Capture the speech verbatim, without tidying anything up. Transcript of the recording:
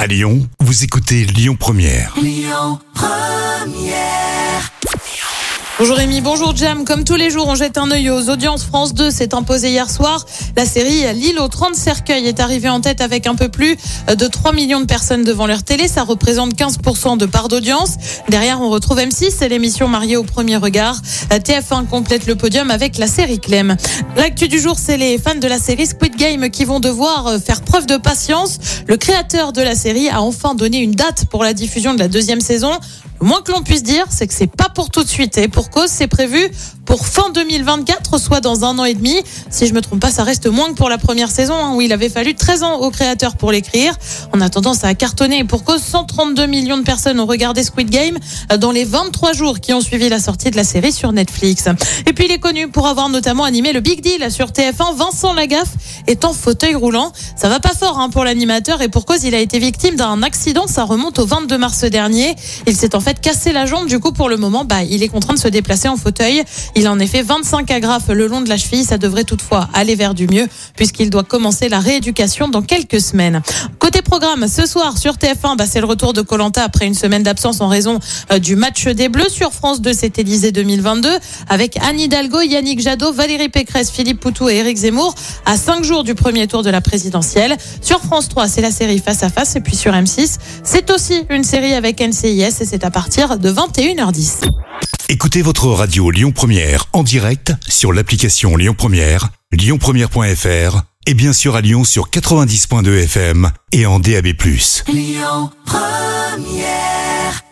À Lyon, vous écoutez Lyon Première. Lyon Première. Bonjour Rémi, bonjour Jam. Comme tous les jours, on jette un œil aux audiences. France deux s'est imposée hier soir. La série L'île aux trente cercueils est arrivée en tête avec un peu plus de trois millions de personnes devant leur télé. Ça représente quinze pour cent de part d'audience. Derrière, on retrouve M six et l'émission Mariée au premier regard. T F un complète le podium avec la série Clem. L'actu du jour, c'est les fans de la série Squid Game qui vont devoir faire preuve de patience. Le créateur de la série a enfin donné une date pour la diffusion de la deuxième saison. Le moins que l'on puisse dire, c'est que c'est pas pour tout de suite. Et pour cause, c'est prévu pour fin deux mille vingt-quatre, soit dans un an et demi. Si je me trompe pas, ça reste moins que pour la première saison, hein, où il avait fallu treize ans au créateur pour l'écrire. En attendant, ça a cartonné. Et pour cause, cent trente-deux millions de personnes ont regardé Squid Game dans les vingt-trois jours qui ont suivi la sortie de la série sur Netflix. Et puis, il est connu pour avoir notamment animé le Big Deal sur T F un. Vincent Lagaffe est en fauteuil roulant. Ça va pas fort hein, pour l'animateur. Et pour cause, il a été victime d'un accident. Ça remonte au vingt-deux mars dernier. Il s'est en fait cassé la jambe. Du coup, pour le moment, bah, il est contraint de se déplacer en fauteuil. Il a en effet vingt-cinq agrafes le long de la cheville. Ça devrait toutefois aller vers du mieux puisqu'il doit commencer la rééducation dans quelques semaines. Côté programme, ce soir sur T F un, bah, c'est le retour de Koh-Lanta après une semaine d'absence en raison euh, du match des Bleus. Sur France deux, c'est Élysée deux mille vingt-deux avec Anne Hidalgo, Yannick Jadot, Valérie Pécresse, Philippe Poutou et Éric Zemmour à cinq jours du premier tour de la présidentielle. Sur France trois, c'est la série Face à Face et puis sur M six, c'est aussi une série avec N C I S et c'est à partir de vingt et une heures dix. Écoutez votre radio Lyon Première en direct sur l'application Lyon Première, lyon première point f r et bien sûr à Lyon sur quatre-vingt-dix point deux F M et en D A B plus. Lyon Première.